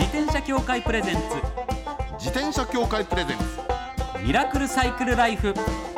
転車協会プレゼンツ自転車協会プレゼンツミラクルサイクルライフ。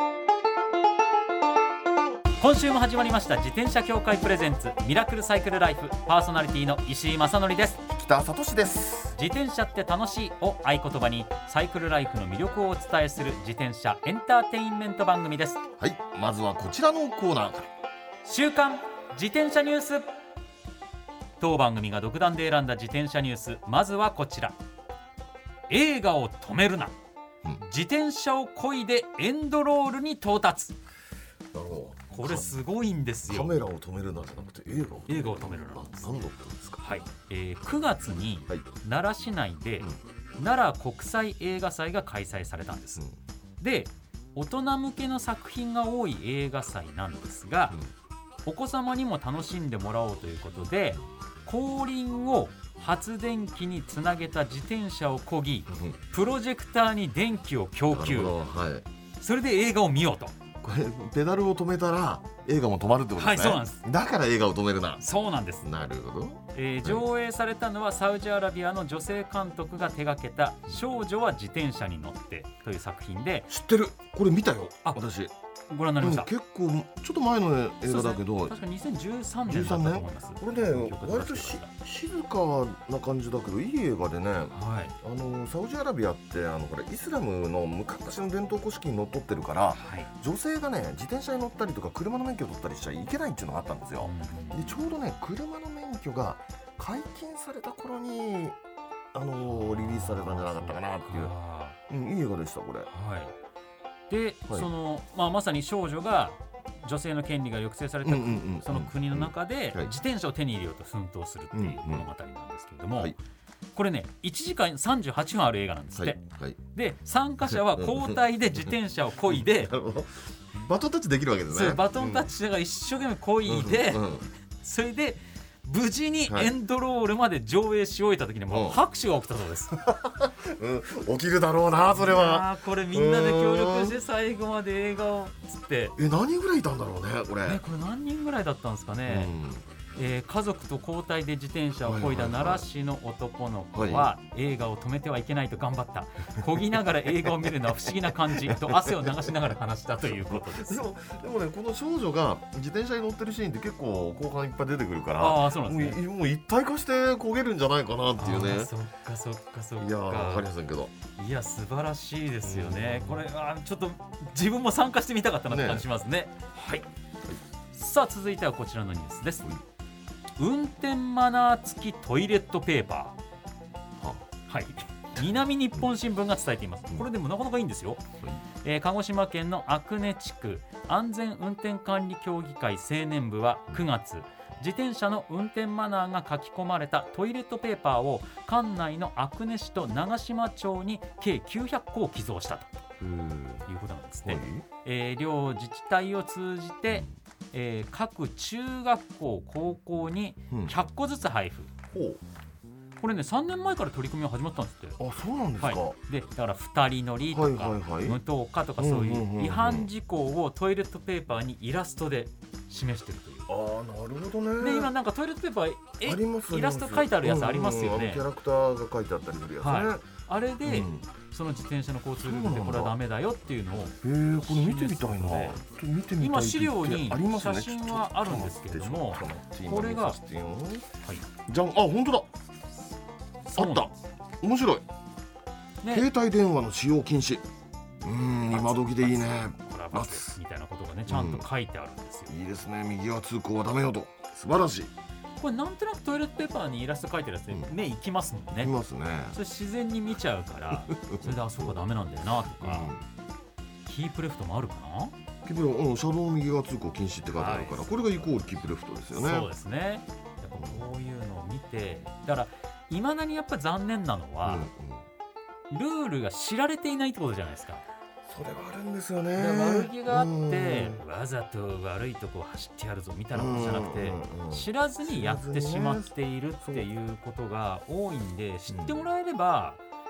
今週も始まりました自転車協会プレゼンツミラクルサイクルライフ。パーソナリティの石井正則です。 北里です。 自転車って楽しいを合言葉にサイクルライフの魅力をお伝えする自転車エンターテインメント番組です。 はい、まずはこちらのコーナーから。 週刊自転車ニュース。当番組が独断で選んだ自転車ニュース、まずはこちら。映画を止めるな、自転車を漕いでエンドロールに到達。 なるほど。 これすごいんですよ。 カメラを止めるなじゃなくて映画を止めるななんです。 何のことですか。 はい、9月にはい、 奈良市内で、奈良国際映画祭が開催されたんです。で、大人向けの作品が多い映画祭なんですが、お子様にも楽しんでもらおうということで、後輪を発電機につなげた自転車を漕ぎ、プロジェクターに電気を供給、それで映画を見ようと。 これペダルを止めたら映画も止まるってことですね。 はい、そうなんです。 だから映画を止めるな。 そうなんです。 なるほど。 上映されたのはサウジアラビアの女性監督が手掛けた少女は自転車に乗ってという作品で。 知ってる、これ見たよ。 あ、 私ご覧になりました。 結構ちょっと前の映画だけど、 確か2013年だったと思います。 これね、割と静かな感じだけどいい映画でね、サウジアラビアってこれイスラムの昔の伝統古式にのっとってるから、女性がね自転車に乗ったりとか車の免許を取ったりしちゃいけないっていうのがあったんですよ。でちょうどね車の免許が解禁された頃にリリースされたんじゃなかったかなっていう、いい映画でしたこれ。 で、まさに少女が女性の権利が抑制されたその国の中で自転車を手に入れようと奮闘するっていう物語なんですけれども、これね1時間38分ある映画なんですって。で、参加者は交代で自転車を漕いでバトンタッチできるわけですね。 そう、バトンタッチしながら一生懸命漕いで、それで無事にエンドロールまで上映し終えた時にもう拍手が起きたそうです。 起きるだろうな、それは。 これみんなで協力して最後まで映画をつって。 何人ぐらいいたんだろうねこれ。 これ何人ぐらいだったんですかね。家族と交代で自転車を漕いだ奈良市の男の子は映画を止めてはいけないと頑張った。漕ぎながら映画を見るのは不思議な感じと汗を流しながら話したということです。 でもね、この少女が自転車に乗ってるシーンって結構後半いっぱい出てくるから、もう一体化して漕げるんじゃないかなっていうね。 そっか。 いや分かりませんけど、 いや素晴らしいですよね。これはちょっと自分も参加してみたかったなって感じしますね。さあ続いてはこちらのニュースです。運転マナー付きトイレットペーパー。南日本新聞が伝えています。これでもなかなかいいんですよ。鹿児島県の阿久根地区安全運転管理協議会青年部は9月、自転車の運転マナーが書き込まれたトイレットペーパーを管内の阿久根市と長島町に計900個を寄贈したということなんですね。両自治体を通じて、各中学校高校に100個ずつ配布。これね3年前から取り組みが始まったんですって。 そうなんですか。 でだから2人乗りとか無灯火とかそういう違反事項をトイレットペーパーにイラストで示してるという。 なるほどね。 で今なんかトイレットペーパーイラスト書いてあるやつありますよね。 キャラクターが書いてあったりするやつね。あれでその自転車の交通ルールでこれはダメだよっていうのをこれ見てみたいな。 今資料に写真はあるんですけれども、これがじゃん、本当だ、あった。面白い。携帯電話の使用禁止。今時でいいね。 みたいなことがねちゃんと書いてあるんですよ。 いいですね。右側通行はダメよと。素晴らしい。 これなんとなくトイレットペーパーにイラスト書いてるやつで目いきますもんね。 いますね。 それ自然に見ちゃうからそれでそうかダメなんだよなとか。キープレフトもあるかな。 キープレフト、車道右側通行禁止って書いてあるから、これがイコールキープレフトですよね。 そうですね。やっぱこういうのを見て、だからいまだにやっぱ残念なのは、ルールが知られていないってことじゃないですか。 それはあるんですよね。 悪気があってわざと悪いとこを走ってやるぞみたいなことじゃなくて、知らずにやってしまっているっていうことが多いんで、知ってもらえれば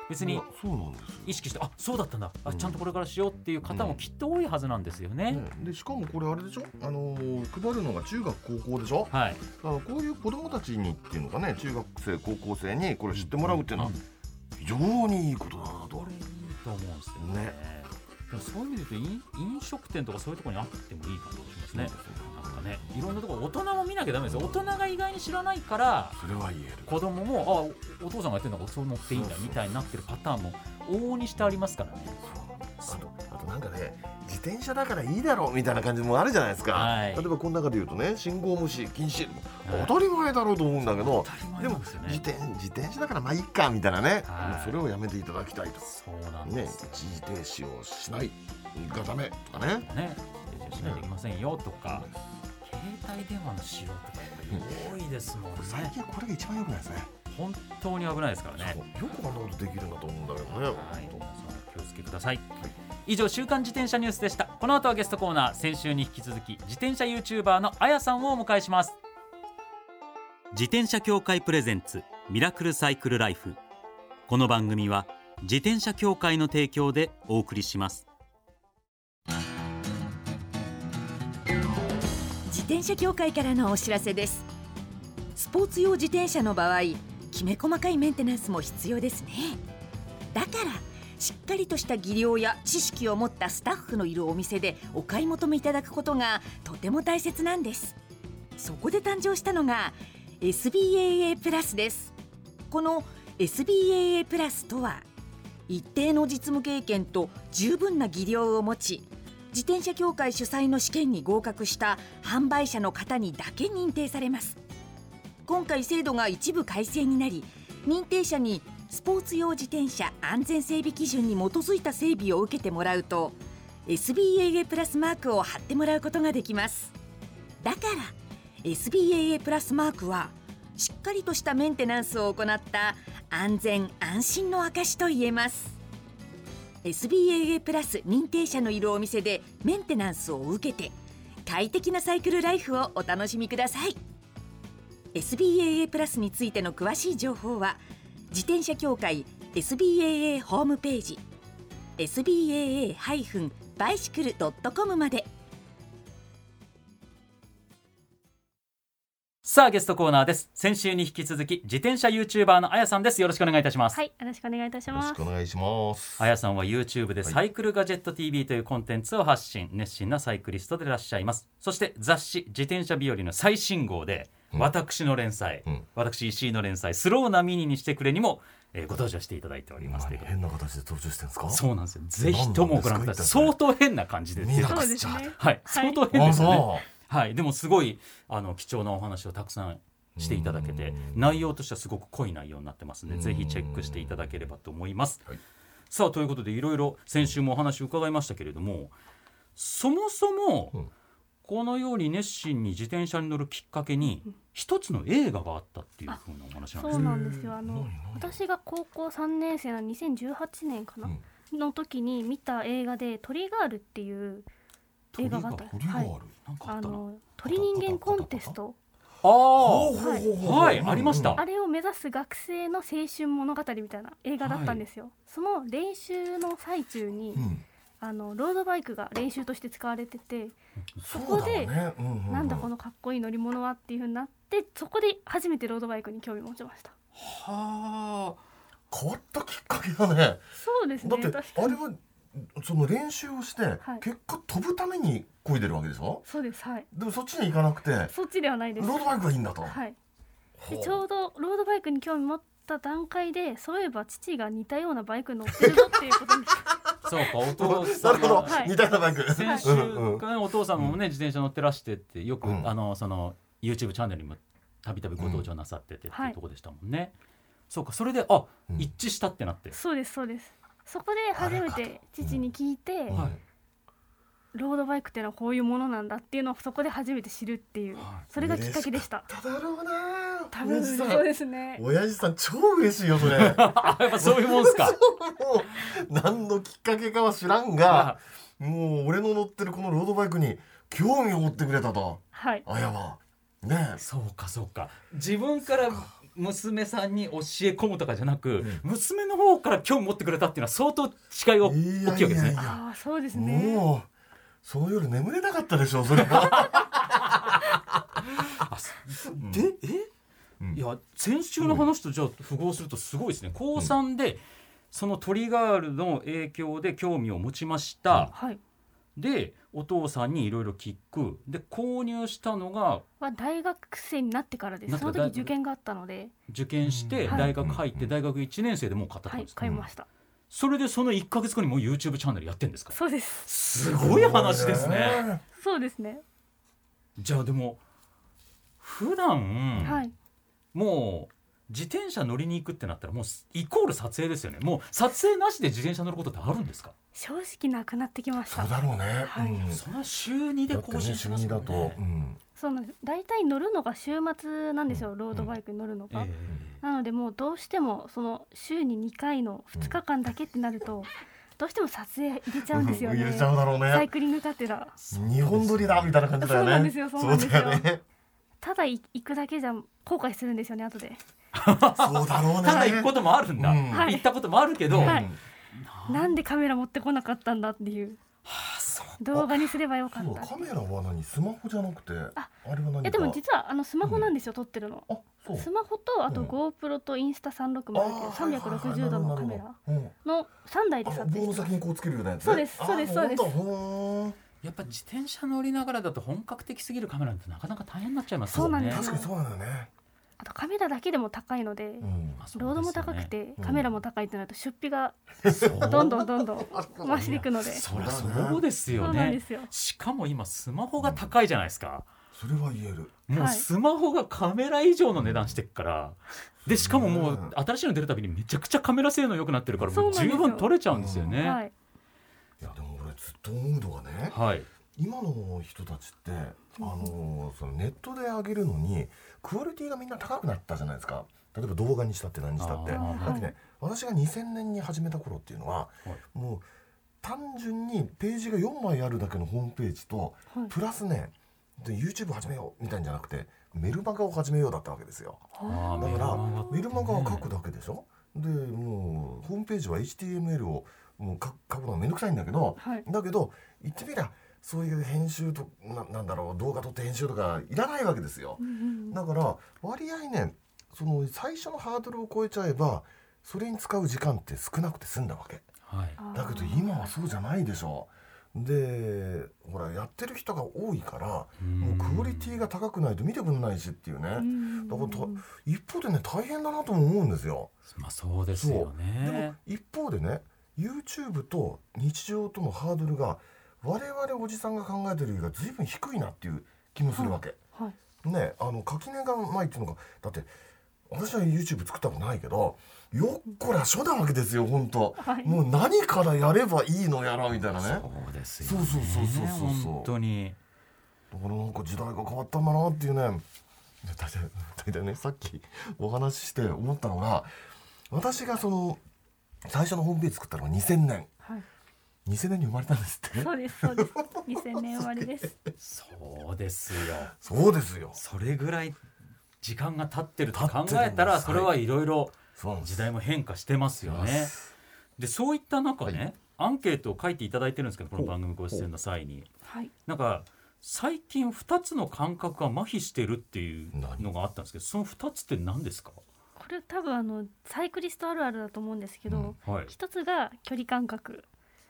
別に意識してそうだったんだ、ちゃんとこれからしようっていう方もきっと多いはずなんですよね。 でしかもこれあれでしょ、配るのが中学高校でしょ、はい、こういう子どもたちにっていうのかね、中学生高校生にこれ知ってもらうっていうのは非常にいいことだなと。 これいいと思うんですよね。でもそういう意味で言うと飲食店とかそういうところにあってもいい感じがしますね。なんかね、いろんなところ大人も見なきゃダメですよ。大人が意外に知らないからそれは言える。 子供もお父さんがやってるのがそう乗っていいんだみたいになってるパターンも往々にしてありますからね。 あとなんかね、自転車だからいいだろうみたいな感じもあるじゃないですか、はい、例えばこの中で言うとね、信号無視禁止、当たり前だろうと思うんだけど、でも自転車だからまあいいかみたいなね、それをやめていただきたいと。 そうなんです、 一時停止をしないがダメとかね、 停止しないといけませんよとか、携帯電話の使用とか多いですもんね。 最近これが一番良くないですね。 本当に危ないですからね。 よくあんなことできるんだと思うんだけどね、はい、 気をつけください。以上、週刊自転車ニュースでした。この後はゲストコーナー、先週に引き続き自転車 YouTuber のあやさんをお迎えします。自転車協会プレゼンツミラクルサイクルライフ。この番組は自転車協会の提供でお送りします。 自転車協会からのお知らせです。スポーツ用自転車の場合、きめ細かいメンテナンスも必要ですね。だからしっかりとした技量や知識を持ったスタッフのいるお店でお買い求めいただくことがとても大切なんです。そこで誕生したのが SBAA プラスです。この SBAA プラスとは、一定の実務経験と十分な技量を持ち、自転車協会主催の試験に合格した販売者の方にだけ認定されます。今回制度が一部改正になり、認定者にスポーツ用自転車安全整備基準に基づいた整備を受けてもらうと SBAA プラスマークを貼ってもらうことができます。だから SBAA プラスマークはしっかりとしたメンテナンスを行った安全安心の証と言えます。 SBAA プラス認定者のいるお店でメンテナンスを受けて快適なサイクルライフをお楽しみください。 SBAA プラスについての詳しい情報は自転車協会 SBAA ホームページ SBAA-bicycle.com まで。 さあ、ゲストコーナーです。先週に引き続き自転車 YouTuber のあやさんです。よろしくお願いいたします。 はい、よろしくお願いいたします。 よろしくお願いします。 あやさんは YouTube でサイクルガジェット TV というコンテンツを発信、熱心なサイクリストでいらっしゃいます。そして雑誌自転車日和の最新号で私の連載、私石井の連載スローなミニにしてくれにもご登場していただいております。 変な形で登場してるんですか？ そうなんですよ。ぜひともご覧ください。相当変な感じでそうですね。 はい、相当変ですね。はい、でもすごい貴重なお話をたくさんしていただけて、内容としてはすごく濃い内容になってますので、ぜひチェックしていただければと思います。はい、さあ、ということでいろいろ先週もお話を伺いましたけれども、そもそも、このように熱心に自転車に乗るきっかけに一つの映画があったっていうふうなお話なんです。 そうなんですよ。私が高校3年生の2018年かな、の時に見た映画でトリガールっていう映画があった。鳥人間コンテスト、 はい、ありました。 あれを目指す学生の青春物語みたいな映画だったんですよ。その練習の最中に、ロードバイクが練習として使われてて、そこで、なんだこのかっこいい乗り物はっていう風になって、そこで初めてロードバイクに興味持ちました。 はあ、変わったきっかけだね。 そうですね。 だってあれはその練習をして、結果飛ぶために漕いでるわけでしょ？ そうです。はい。 でもそっちに行かなくて、 そっちではないです。 ロードバイクがいいんだと。 はい。でちょうどロードバイクに興味持った段階で、そういえば父が似たようなバイク乗ってるぞっていうことにそうか、お父さんなるほど、似たようなバイク。 先週お父さんもね、自転車乗ってらしてってよく、その YouTube チャンネルにもたびたびご登場なさっててっていうところでしたもんね。そうか、それで一致したってなって。 そうですそうです。そこで初めて父に聞いて、ロードバイクっていうのはこういうものなんだっていうのをそこで初めて知るっていう、それがきっかけでした。 だろうな。 多分そうですね。 親父さん超嬉しいよそれ。 やっぱそういうもんすか。 何のきっかけかは知らんが、もう俺の乗ってるこのロードバイクに興味を持ってくれたと。はい。あやはね。 そうかそうか。自分から娘さんに教え込むとかじゃなく、娘の方から興味持ってくれたっていうのは相当違い大きいわけですね。 あ、そうですね。 もうその夜眠れなかったでしょそれは。 でいや先週の話とじゃあ符合するとすごいですね。高3でそのトリガールの影響で興味を持ちました、でお父さんにいろいろ聞くで購入したのが大学生になってからです。その時受験があったので受験して大学入って大学1年生でもう買ったんですか。 買いました。 それでその1ヶ月後にもう YouTube チャンネルやってるんですか。 そうです。 すごい話ですね。 そうですね。 じゃあでも普段、もう自転車乗りに行くってなったらもうイコール撮影ですよね。もう撮影なしで自転車乗ることってあるんですか。 正直なくなってきました。 そうだろうね、 それは週2で更新しますもんね。 週2だと、 そうなんです。大体乗るのが週末なんですよ、ロードバイクに乗るのが、なのでもうどうしてもその週に2回の2日間だけってなると、どうしても撮影入れちゃうんですよね。 入れちゃうだろうね。 サイクリングがてら 2本撮りだみたいな感じだよね。 そうなんですよ、そうなんですよ。 ね、 ただ行くだけじゃ後悔するんですよね後で。 そうだろうね。 ただ行くこともあるんだ、行ったこともあるけど、 なんでカメラ持ってこなかったんだっていう、動画にすればよかった。 カメラは何、スマホじゃなくて、あれは何か。 いやでも実はスマホなんですよ、撮ってるの。スマホとあと GoPro とインスタ360っていう360度のカメラの3台で撮影してます。 棒の先にこうつけるようなやつ。 そうですそうですそうです。 やっぱ自転車乗りながらだと本格的すぎるカメラってなかなか大変になっちゃいますよね。 確かにそうなんだよね。 あとカメラだけでも高いので、ロードも高くてカメラも高いってなると出費がどんどん増していくので。 そりゃそうですよね。しかも今スマホが高いじゃないですか。 それは言える。 もうスマホがカメラ以上の値段してっから、でしかももう新しいの出るたびにめちゃくちゃカメラ性能良くなってるからもう十分撮れちゃうんですよね。 いやでも俺ずっと思うのがね、今の人たちってそのネットで上げるのにクオリティがみんな高くなったじゃないですか。例えば動画にしたって何にしたって。だってね、私が2000年に始めた頃っていうのは、もう単純にページが4枚あるだけのホームページと、プラスねで YouTube 始めようみたいんじゃなくてメルマガを始めようだったわけですよ。だからメルマガを書くだけでしょ。でもうホームページは HTML をもう書くのがめんどくさいんだけど、だけど言ってみりゃそういう編集となんだろう、動画撮って編集とかいらないわけですよ。だから割合ね、その最初のハードルを超えちゃえばそれに使う時間って少なくて済んだわけ、だけど今はそうじゃないでしょ。でほらやってる人が多いからもうクオリティが高くないと見てくんないしっていうね。だから一方でね大変だなとも思うんですよ。 そうですよね。 でも一方でね YouTube と日常とのハードルが我々おじさんが考えてるよりが随分低いなっていう気もするわけ、ね。垣根がないっていうのが、だって私は YouTube 作ったことないけどよっこらしょなわけですよ本当、もう何からやればいいのやらみたいなね。 そうですよね。 そう本当にだからなんか時代が変わったんだなっていうね。大体ねさっきお話しして思ったのが、私がその最初のホームページ作ったのが2000年、2000年に生まれたんですって。 そうですそうです。2000年生まれです。 そうですよ。 そうですよ。 それぐらい時間が経ってると考えたらそれはいろいろ時代も変化してますよね。でそういった中ね、アンケートを書いていただいてるんですけど、この番組ご出演の際に、なんか最近2つの感覚が麻痺してるっていうのがあったんですけど、その2つって何ですか？ これ多分サイクリストあるあるだと思うんですけど、一つが距離感覚。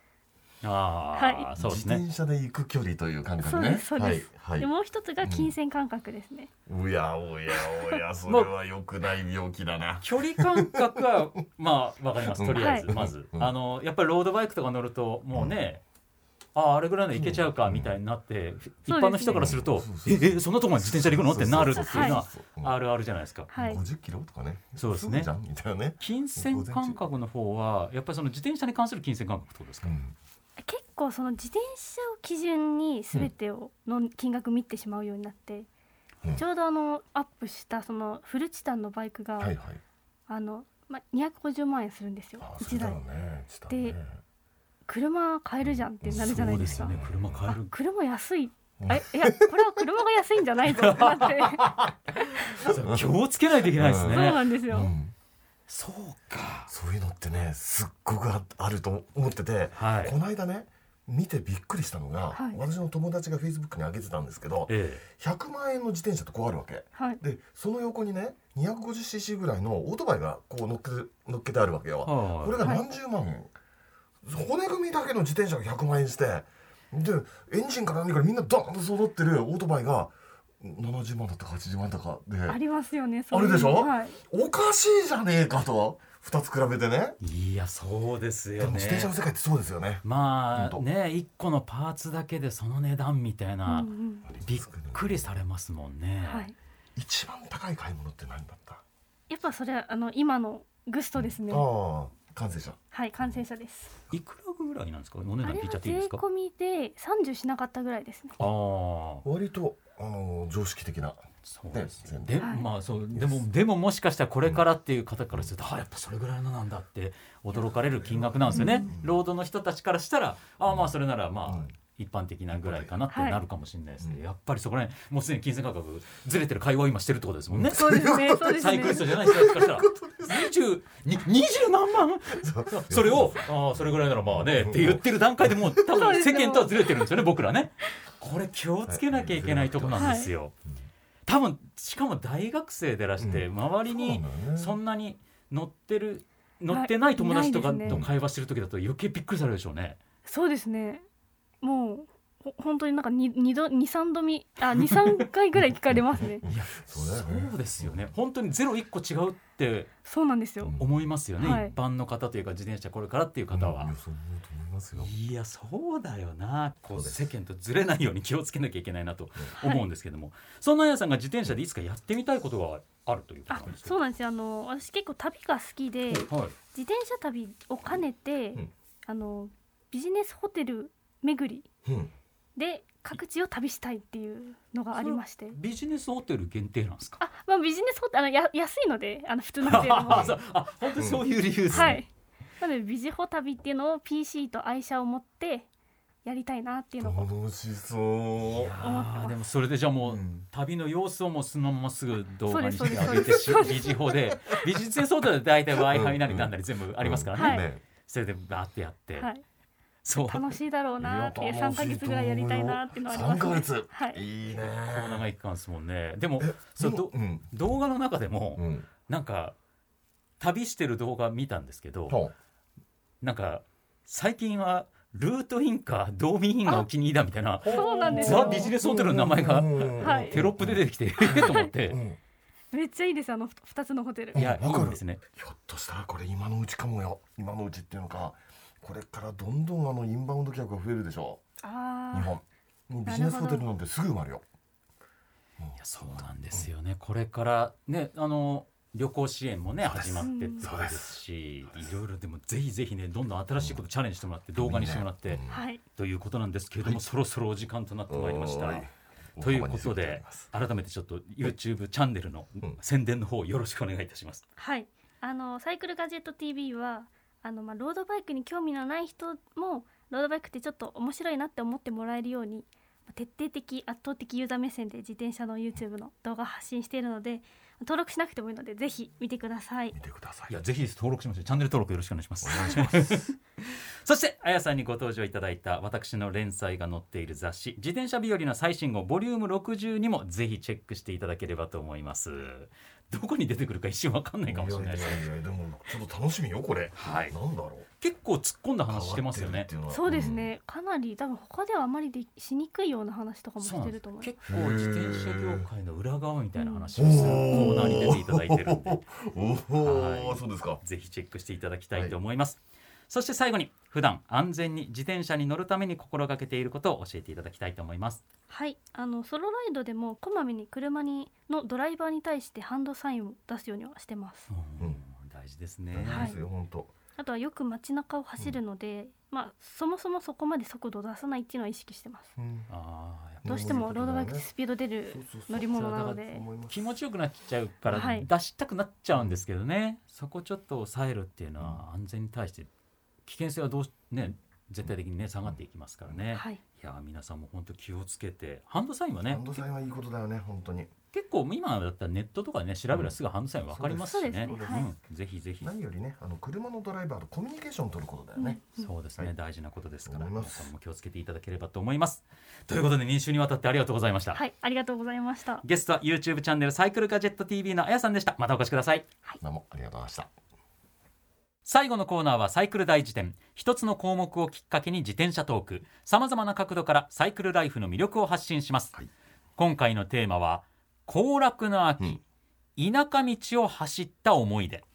そうですね。 自転車で行く距離という感覚ね。 そうです。でもう一つが金銭感覚ですね。 おやそれは良くない病気だな。 距離感覚はまあわかります。とりあえずまずやっぱりロードバイクとか乗るともうね、あれぐらいの行けちゃうかみたいになって、一般の人からするとそんなとこまで自転車で行くのってなるっていうのはあるあるじゃないですか。 50キロとかね。 そうですね。 みたいなね。 金銭感覚の方はやっぱりその自転車に関する金銭感覚ってことですか？ 結構その自転車を基準に全ての金額見てしまうようになって、ちょうどアップしたそのフルチタンのバイクが、250万円するんですよ1台で。車買えるじゃんってなるじゃないですか。 車買える。 車安いいやこれは車が安いんじゃないぞってなって気をつけないといけないですね。 そうなんですよ、 そうか。 そういうのってねすっごくあると思ってて、この間ね見てびっくりしたのが、私の友達が Facebook に上げてたんですけど、100万円の自転車ってこうあるわけ、でその横にね 250cc ぐらいのオートバイがこう乗っけてあるわけよ、これが何十万円、骨組みだけの自転車が100万円して、でエンジンから何からみんなドーンと揃ってるオートバイが70万だったか80万だったかでありますよね。 あるでしょ、おかしいじゃねえかと2つ比べてね。 いやそうですよね。 自転車の世界ってそうですよね。 まあね1個のパーツだけでその値段みたいな、びっくりされますもんね。 一番高い買い物って何だった？ やっぱそれは今のグストですね。 完成車。 はい、完成車です。 いくらぐらいなんですか？お値段聞いちゃっていいですか？ 税込みで30しなかったぐらいですね。 割と常識的な。 そうですね。でももしかしたらこれからっていう方からすると、やっぱそれぐらいのなんだって驚かれる金額なんですよね。ロードの人たちからしたらまあそれならまあ一般的なぐらいかなってなるかもしれないですね。やっぱりそこら辺もうすでに金銭価格ずれてる会話を今してるってことですもんね。 そうですね。 サイクリストじゃない人たちからしたら20何万それをそれぐらいならまあねって言ってる段階でもう多分世間とはずれてるんですよね僕らね。これ気をつけなきゃいけないとこなんですよ。多分しかも大学生でらして周りにそんなに乗ってない友達とかと会話してる時だと余計びっくりされるでしょうね。 そうですね。もう本当になんか2,3回ぐらい聞かれますね。 いやそうですよね。本当に1個違うってそうなんですよ。 思いますよね。一般の方というか自転車これからっていう方は。いやそうだよな。こう世間とずれないように気をつけなきゃいけないなと思うんですけども、そんなあやさんが自転車でいつかやってみたいことがあるということなんですか？ そうなんですよ。私結構旅が好きで、自転車旅を兼ねて、ビジネスホテル巡りで各地を旅したいっていうのがありまして。 ビジネスホテル限定なんですか？ ビジネスホテル安いので普通のホテルも本当にそういう理由ですね。 なのでビジホ旅っていうのを PC と愛車を持ってやりたいなっていうのを楽しそう。 でもそれでじゃあもう、旅の様子をもうそのまますぐ動画にしてあげてビジホでビジネスホテルで大体 Wi-Fi なりなんなり全部ありますからね。それでバーってやって、楽しいだろうなって3ヶ月ぐらいやりたいなっていうのはありますね。 3ヶ月、いいね。 こう長い期間ですもんね。でも動画の中でもなんか旅してる動画見たんですけど、なんか最近はルートインかドーミーインがお気に入りだみたいなザ・ビジネスホテルの名前がテロップで出てきてと思ってめっちゃいいです2つのホテル。 いやいいですね。 ひょっとしたらこれ今のうちかもよ。今のうちっていうのかこれからどんどんインバウンド客が増えるでしょう。日本もうビジネスホテルなんてすぐ埋まるよ。 いやそうなんですよね。これからね旅行支援もね始まってってことですし、いろいろでもぜひぜひねどんどん新しいことチャレンジしてもらって動画にしてもらってということなんですけれども、そろそろお時間となってまいりました。ということで改めてちょっと YouTube チャンネルの宣伝の方よろしくお願いいたします。 はい、サイクルガジェット TV はロードバイクに興味のない人もロードバイクってちょっと面白いなって思ってもらえるように徹底的圧倒的ユーザー目線で自転車の YouTube の動画発信しているので登録しなくてもいいのでぜひ見てください。 いやぜひ登録しましょう。チャンネル登録よろしくお願いします。そしてあやさんにご登場いただいた私の連載が載っている雑誌自転車日和の最新号ボリューム62もぜひチェックしていただければと思います。どこに出てくるか一瞬わかんないかもしれないです。 でもちょっと楽しみよこれ。なんだろう。 結構突っ込んだ話してますよね。 そうですね。かなり多分他ではあまりしにくいような話とかもしてると思います。 結構自転車業界の裏側みたいな話をするコーナーに出ていただいてるんで、 そうですか。 ぜひチェックしていただきたいと思います。そして最後に普段安全に自転車に乗るために心がけていることを教えていただきたいと思います。 はい、ソロライドでもこまめに車のドライバーに対してハンドサインを出すようにはしてます。 大事ですね。 本当。 あとはよく街中を走るので、そもそもそこまで速度を出さないっていうのは意識してます。どうしてもロードバイクってスピード出る乗り物なので気持ちよくなっちゃうから出したくなっちゃうんですけどね、そこちょっと抑えるっていうのは安全に対して危険性はど絶対的にね下がっていきますからね、いや皆さんも本当気をつけて、ハンドサインはね、 ハンドサインはいいことだよね本当に。 結構今だったらネットとかね調べればすぐハンドサイン分かりますしね、ぜひぜひ。 何よりね車のドライバーとコミュニケーションを取ることだよね、 そうですね、大事なことですから皆さんも気をつけていただければと思います。ということで2週にわたってありがとうございました。 はい、ありがとうございました。 ゲストは YouTube チャンネルサイクルガジェット TV のあやさんでした。またお越しください。 どうもありがとうございました。 最後のコーナーはサイクル大辞典。一つの項目をきっかけに自転車トーク、さまざまな角度からサイクルライフの魅力を発信します、今回のテーマは行楽の秋、田舎道を走った思い出。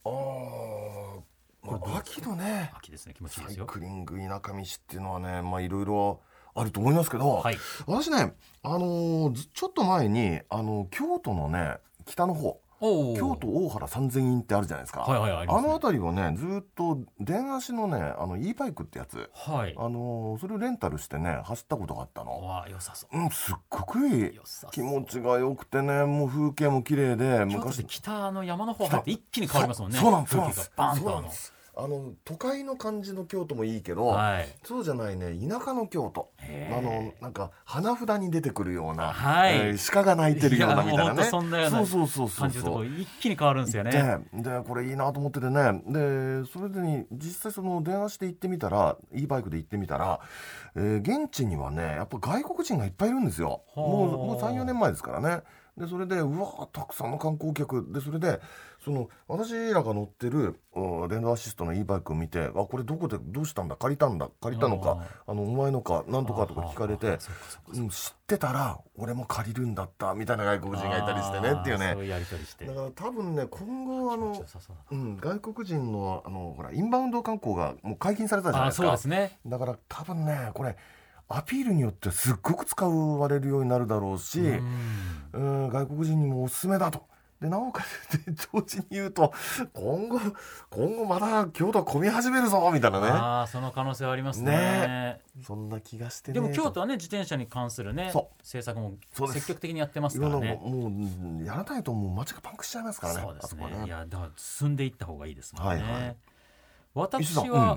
秋のね、 秋ですね、気持ちいいですよ。 サイクリング田舎道っていうのはね、いろいろあると思いますけど、私ね、ちょっと前に京都のね北の方、京都大原三千院ってあるじゃないですか、あの辺りをねずっと電足のねe バイクってやつ、それをレンタルしてね走ったことがあったの。 良さそう。 すっごくいい、気持ちが良くてね、もう風景も綺麗で、 昔北の山の方入って一気に変わりますもんね。 そうなんです、 風景がバンと都会の感じの京都もいいけど、そうじゃないね田舎の京都、なんか花札に出てくるような、鹿が鳴いてるようなみたいなね、 そんなような感じのところ一気に変わるんですよね。 でこれいいなと思っててね、でそれでに実際その電話して行ってみたら、e バイクで行ってみたら、現地にはねやっぱ外国人がいっぱいいるんですよ。もう 3,4 年前ですからね。でそれでたくさんの観光客で、それで私らが乗ってる電動アシストの e バイクを見て、これどこでどうしたんだ、借りたのかお前のかなんとかとか聞かれて、知ってたら俺も借りるんだったみたいな外国人がいたりしてねっていうね。 そういうやり取りして、 だから多分ね今後外国人のほらインバウンド観光がもう解禁されたじゃないですか。 そうですね。 だから多分ねこれアピールによってすっごく使われるようになるだろうし、外国人にもおすすめだと。でなおかつ同時に言うと今後まだ京都は混み始めるぞみたいなね。 その可能性はありますね。 そんな気がしてね。 でも京都はね自転車に関するね政策も積極的にやってますからね。 もうやらないともう街がパンクしちゃいますからね。 そうですね。いやだから進んでいった方がいいですもんね。私は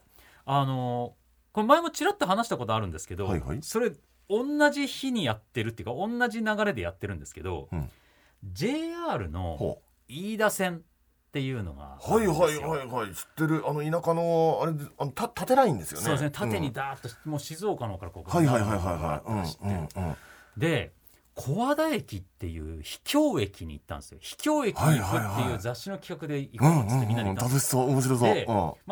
これ前もちらっと話したことあるんですけど、それ同じ日にやってるっていうか同じ流れでやってるんですけど、JR の飯田線っていうのが知ってる。田舎のあれ縦ラインですよね。 そうですね、縦にダーッともう静岡の方からここで小和田駅っていう秘境駅に行ったんですよ。秘境駅に行くっていう雑誌の企画で行こうっつってみんなで行ったんです。 楽しそう、面白そう。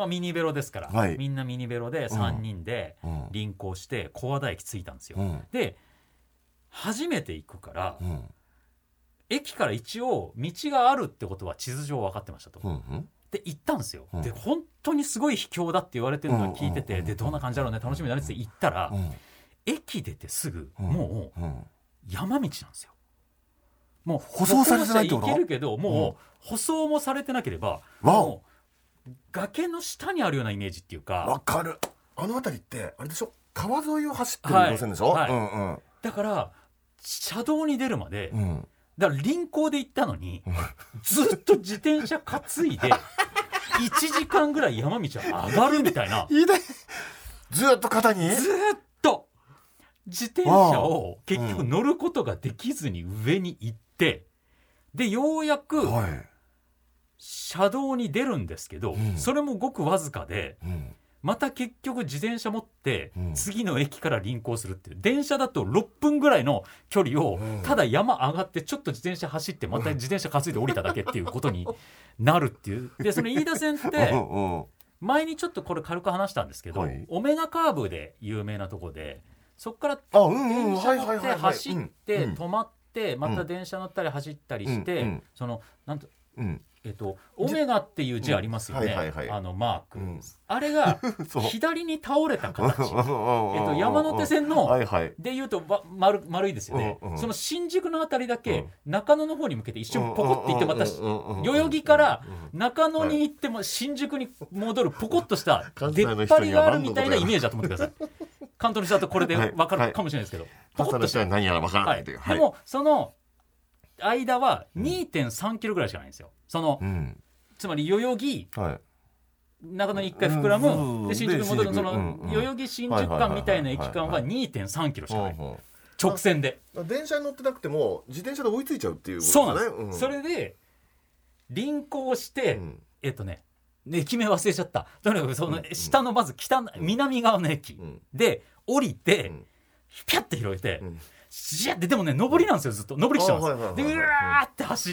で、ミニベロですから、みんなミニベロで3人で輪行して小和田駅着いたんですよ。で初めて行くから、駅から一応道があるってことは地図上分かってましたと。で行ったんですよ。で本当にすごい秘境だって言われてるのを聞いてて、でどんな感じだろうね楽しみだねって行ったら、駅出てすぐもう山道なんですよ。もう舗装されてないってこと？ 行けるけどもう舗装もされてなければ、もう崖の下にあるようなイメージっていうか。 わかる。辺りってあれでしょ、川沿いを走ってる路線でしょ。 だから車道に出るまで、だから輪行で行ったのにずっと自転車担いで1時間ぐらい山道上がるみたいな。 ずっと肩にずっと自転車を結局乗ることができずに上に行って、でようやく車道に出るんですけど、それもごくわずかで、また結局自転車持って次の駅から輪行するっていう、電車だと6分ぐらいの距離をただ山上がってちょっと自転車走ってまた自転車担いで降りただけっていうことになるっていう。でその飯田線って前にちょっとこれ軽く話したんですけど、オメガカーブで有名なとこで、そこから電車乗って走って止まってまた電車乗ったり走ったりして、そのなんとオメガっていう字ありますよね、マーク、あれが左に倒れた形山手線のでいうと丸いですよね。その新宿のあたりだけ中野の方に向けて一瞬ポコっていって、また代々木から中野に行っても新宿に戻るポコッとした出っ張りがあるみたいなイメージだと思ってください。関東の人だとこれで分かるかもしれないですけど、ポコッとした何やら分からないという。 でもその間は 2.3 キロぐらいしかないんですよ。そのつまり代々木中野に1回膨らむ、で新宿に戻る、その代々木新宿間みたいな駅間は 2.3 キロしかない、直線で。 電車に乗ってなくても自転車で追いついちゃうっていうことですね。 そうなんです、それで輪行して、駅名忘れちゃった。とにかくその下のまず南側の駅で降りて、ピャッて広げて、シャッて、でもね上りなんですよ、ずっと上り来てます。でうわーって走って、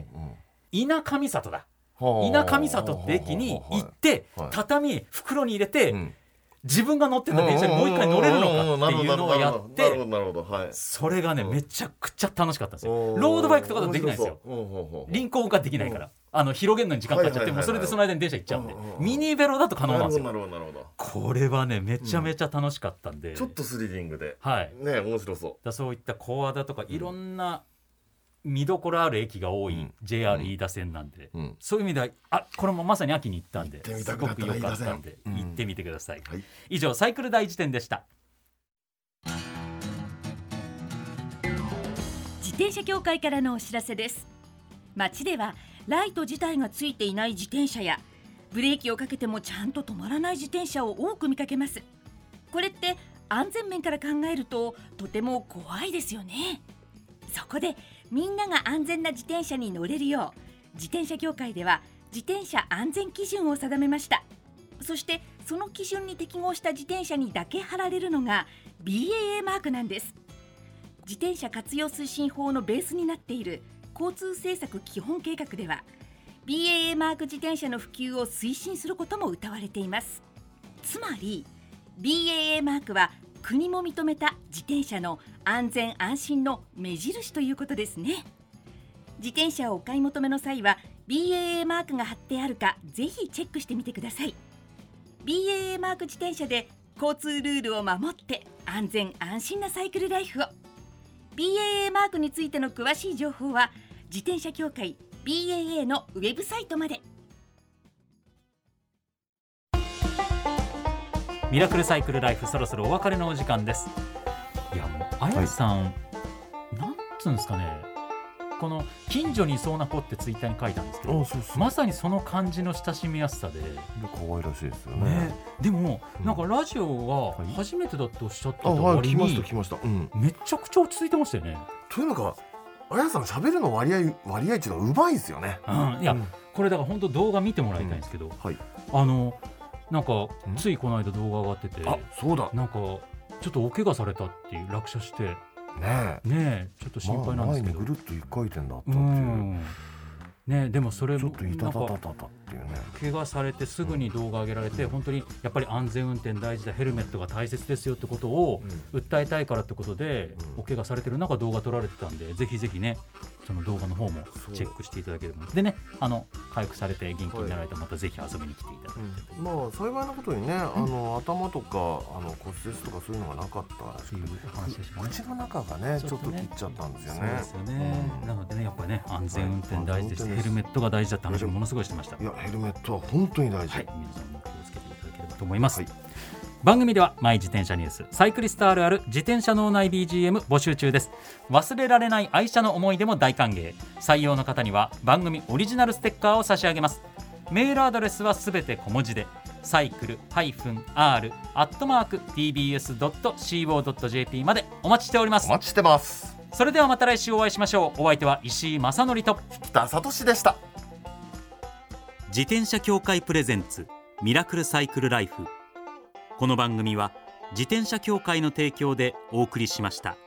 稲上里だ、稲上里って駅に行って、畳袋に入れて、自分が乗ってた電車にもう一回乗れるのかっていうのをやって、それがねめちゃくちゃ楽しかったんですよ。ロードバイクとかだとできないんですよ、輪行ができないから、広げるのに時間かかっちゃって、もうそれでその間に電車行っちゃうんで、ミニベロだと可能なんですよ。これはねめちゃめちゃ楽しかったんで、 ちょっとスリリングでね、 面白そう。 そういった小和田とかいろんな見どころある駅が多い JR 飯田線なんで、そういう意味ではこれもまさに秋に行ったんで、すごく良かったんで行ってみてください。以上サイクル大辞典でした。 自転車協会からのお知らせです。街ではライト自体がついていない自転車や、ブレーキをかけてもちゃんと止まらない自転車を多く見かけます。これって安全面から考えるととても怖いですよね。そこでみんなが安全な自転車に乗れるよう、自転車協会では自転車安全基準を定めました。そしてその基準に適合した自転車にだけ貼られるのが BAA マークなんです。自転車活用推進法のベースになっている交通政策基本計画では BAA マーク自転車の普及を推進することも謳われています。つまり BAA マークは国も認めた自転車の安全安心の目印ということですね。自転車をお買い求めの際は BAA マークが貼ってあるかぜひチェックしてみてください。 BAA マーク自転車で交通ルールを守って安全安心なサイクルライフを。 BAA マークについての詳しい情報は自転車協会 BAA のウェブサイトまで。 ミラクルサイクルライフ、そろそろお別れのお時間です。いやもうあやさん、なんつうんですかね、この近所にいそうな子ってツイッターに書いたんですけど、まさにその感じの親しみやすさで可愛らしいですよね。 でもなんかラジオが初めてだっておっしゃってた割にめちゃくちゃ落ち着いてましたよね。 というのがあやさん喋るの割合っていうのはうまいですよね。 いやこれだから本当動画見てもらいたいんですけど、なんかついこの間動画上がってて、 そうだ、 なんかちょっとお怪我されたっていう落車してね、ちょっと心配なんですけど、 前にぐるっと一回転だったっていうね、でもそれちょっといたたたたたっていうね、 怪我されてすぐに動画上げられて、本当にやっぱり安全運転大事だ、ヘルメットが大切ですよってことを訴えたいからってことで、お怪我されてる中動画撮られてたんで、ぜひぜひねその動画の方もチェックしていただければ。でね、回復されて元気になられたらまたぜひ遊びに来ていただいて、 まあ幸いなことにね、頭とか骨折とかそういうのがなかったらしくて、口の中がねちょっと切っちゃったんですよね。 そうですよね、なのでねやっぱりね安全運転大事です、ヘルメットが大事だって話をものすごいしてました。 いやヘルメットは本当に大事、 皆さんも気をつけていただければと思います。番組ではマイ自転車ニュース、サイクリストあるある、自転車脳内 BGM 募集中です。忘れられない愛車の思い出も大歓迎。採用の方には番組オリジナルステッカーを差し上げます。メールアドレスはすべて小文字でサイクル-r@tbs.co.jp までお待ちしております。 お待ちしてます。 それではまた来週お会いしましょう。お相手は石井正則と北里志でした。 自転車協会プレゼンツミラクルサイクルライフ。この番組は自転車協会の提供でお送りしました。